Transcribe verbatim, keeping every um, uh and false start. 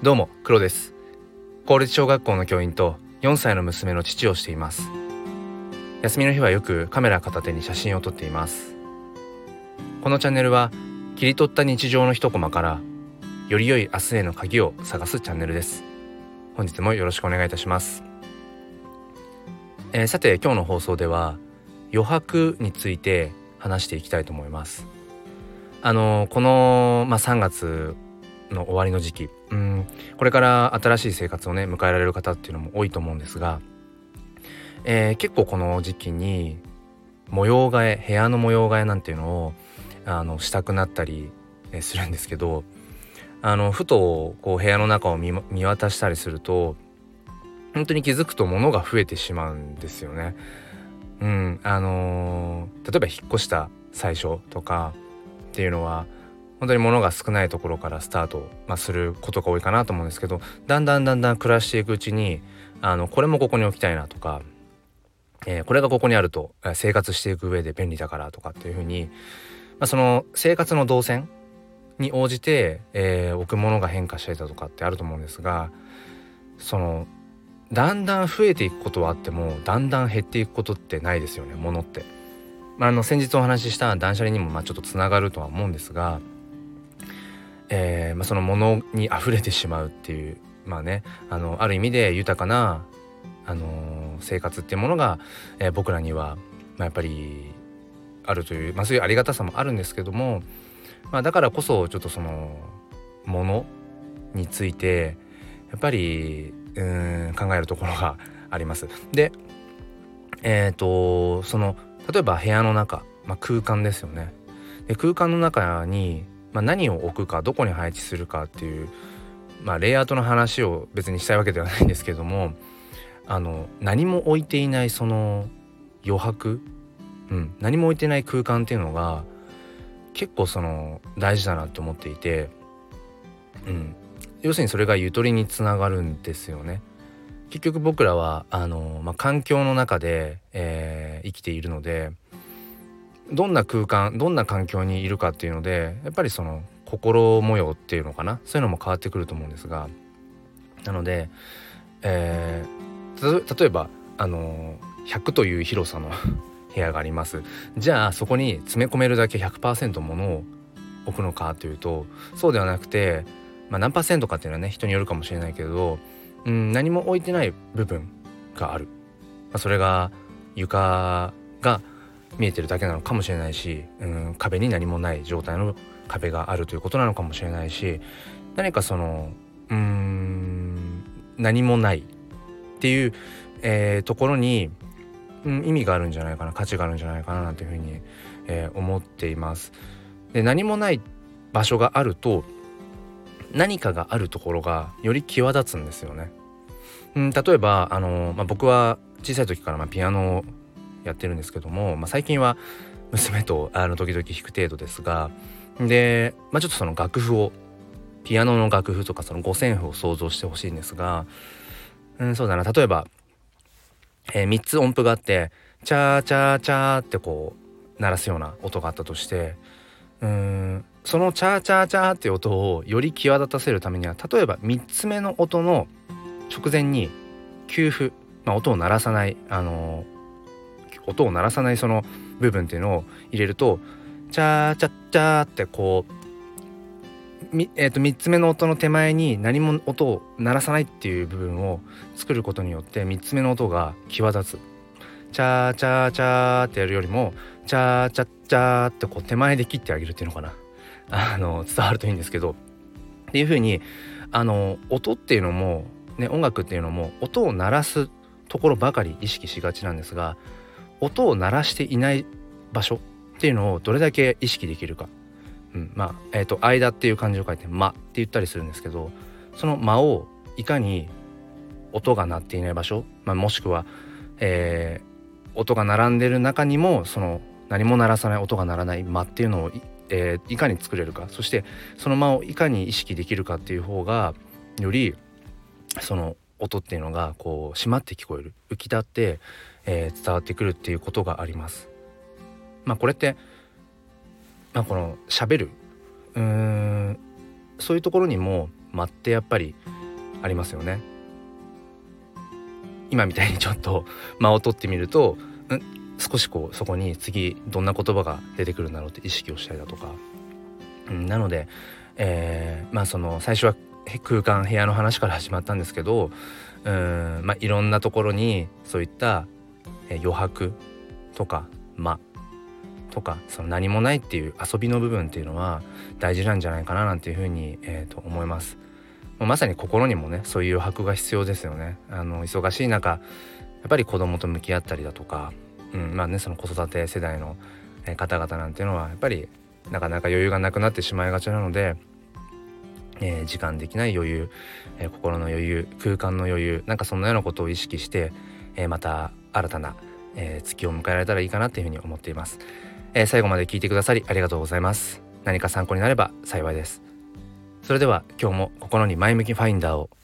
どうも黒です。公立小学校の教員とよんさいの娘の父をしています。休みの日はよくカメラ片手に写真を撮っています。このチャンネルは切り取った日常の一コマからより良い明日への鍵を探すチャンネルです。本日もよろしくお願いいたします。えー、さて今日の放送では余白について話していきたいと思います。あのー、この、まあ、さんがつの終わりの時期、うんこれから新しい生活をね迎えられる方っていうのも多いと思うんですが、えー、結構この時期に模様替え部屋の模様替えなんていうのをあのしたくなったりするんですけど、あのふとこう部屋の中を 見, 見渡したりすると本当に気づくと物が増えてしまうんですよね。うんあのー、例えば引っ越した最初とかっていうのは本当に物が少ないところからスタート、まあ、することが多いかなと思うんですけど、だんだんだんだん暮らしていくうちにあのこれもここに置きたいなとか、えー、これがここにあると生活していく上で便利だからとかっていうふうに、まあ、その生活の動線に応じて、えー、置くものが変化したりだとかってあると思うんですが、そのだんだん増えていくことはあってもだんだん減っていくことってないですよね、物って。まあ、あの先日お話しした断捨離にもまあちょっとつながるとは思うんですが、えーまあ、その物に溢れてしまうっていうまあね あのある意味で豊かな、あのー、生活っていうものが、えー、僕らには、まあ、やっぱりあるという、まあ、そういうありがたさもあるんですけども、まあ、だからこそちょっとその物についてやっぱりうーん考えるところがあります。でえっ、ー、とその例えば部屋の中、まあ、空間ですよね。で空間の中にまあ、何を置くかどこに配置するかっていう、まあ、レイアウトの話を別にしたいわけではないんですけども、あの何も置いていないその余白、うん、何も置いてない空間っていうのが結構その大事だなと思っていて、うん、要するにそれがゆとりにつながるんですよね。結局僕らはあの、まあ、環境の中で、えー、生きているので、どんな空間どんな環境にいるかっていうのでやっぱりその心模様っていうのかな、そういうのも変わってくると思うんですが、なので、えー、例えばあのひゃくという広さの部屋があります。じゃあそこに詰め込めるだけ ひゃくパーセント ものを置くのかというとそうではなくて、まあ、何パーセントかっていうのはね人によるかもしれないけど、うん、何も置いてない部分がある、まあ、それが床が見えてるだけなのかもしれないし、うん、壁に何もない状態の壁があるということなのかもしれないし、何かそのうーん何もないっていう、えー、ところに、うん、意味があるんじゃないかな、価値があるんじゃないかななんていうふうに、えー、思っています。で何もない場所があると何かがあるところがより際立つんですよね。うん、例えばあの、まあ、僕は小さい時からまあピアノをやってるんですけども、まあ、最近は娘とあの時々弾く程度ですが、で、まあ、ちょっとその楽譜をピアノの楽譜とかその五線譜を想像してほしいんですが、うん、そうだな、例えば、えー、みっつ音符があってチャーチャーチャーってこう鳴らすような音があったとして、うーんそのチャーチャーチャーっていう音をより際立たせるためには、例えばみっつめの音の直前に休符、まあ、音を鳴らさないあのー音を鳴らさないその部分っていうのを入れるとチャーチャッチャーってこうみ、えー、とみっつめの音の手前に何も音を鳴らさないっていう部分を作ることによってみっつめの音が際立つ。チャーチャーチャーってやるよりもチャーチャッチャーってこう手前で切ってあげるっていうのかな、あの伝わるといいんですけど、っていう風にあの音っていうのもね、音楽っていうのも音を鳴らすところばかり意識しがちなんですが、音を鳴らしていない場所っていうのをどれだけ意識できるか、うん、まあ、えーと間っていう漢字を書いて間って言ったりするんですけど、その間をいかに音が鳴っていない場所、まあ、もしくは、えー、音が並んでる中にもその何も鳴らさない音が鳴らない間っていうのを い,、えー、いかに作れるか、そしてその間をいかに意識できるかっていう方がよりその音っていうのがこう締まって聞こえる、浮き立って、えー、伝わってくるっていうことがあります。まあこれって、まあ、この喋るうーんそういうところにも間ってやっぱりありますよね。今みたいにちょっと間を取ってみると、ん少しこうそこに次どんな言葉が出てくるんだろうって意識をしたりだとか、うん、なので、えー、まあその最初は空間部屋の話から始まったんですけど、うん、まあいろんなところにそういった、えー、余白とか間とかその何もないっていう遊びの部分っていうのは大事なんじゃないかななんていうふうに、えー、と思います。まさに心にもねそういう余白が必要ですよね。あの忙しい中やっぱり子供と向き合ったりだとか、うん、まあねその子育て世代の方々なんていうのはやっぱりなかなか余裕がなくなってしまいがちなので、えー、時間できない余裕、えー、心の余裕、空間の余裕、なんかそんなようなことを意識して、えー、また新たな、えー、月を迎えられたらいいかなというふうに思っています。えー、最後まで聞いてくださりありがとうございます。何か参考になれば幸いです。それでは今日も心に前向きファインダーを。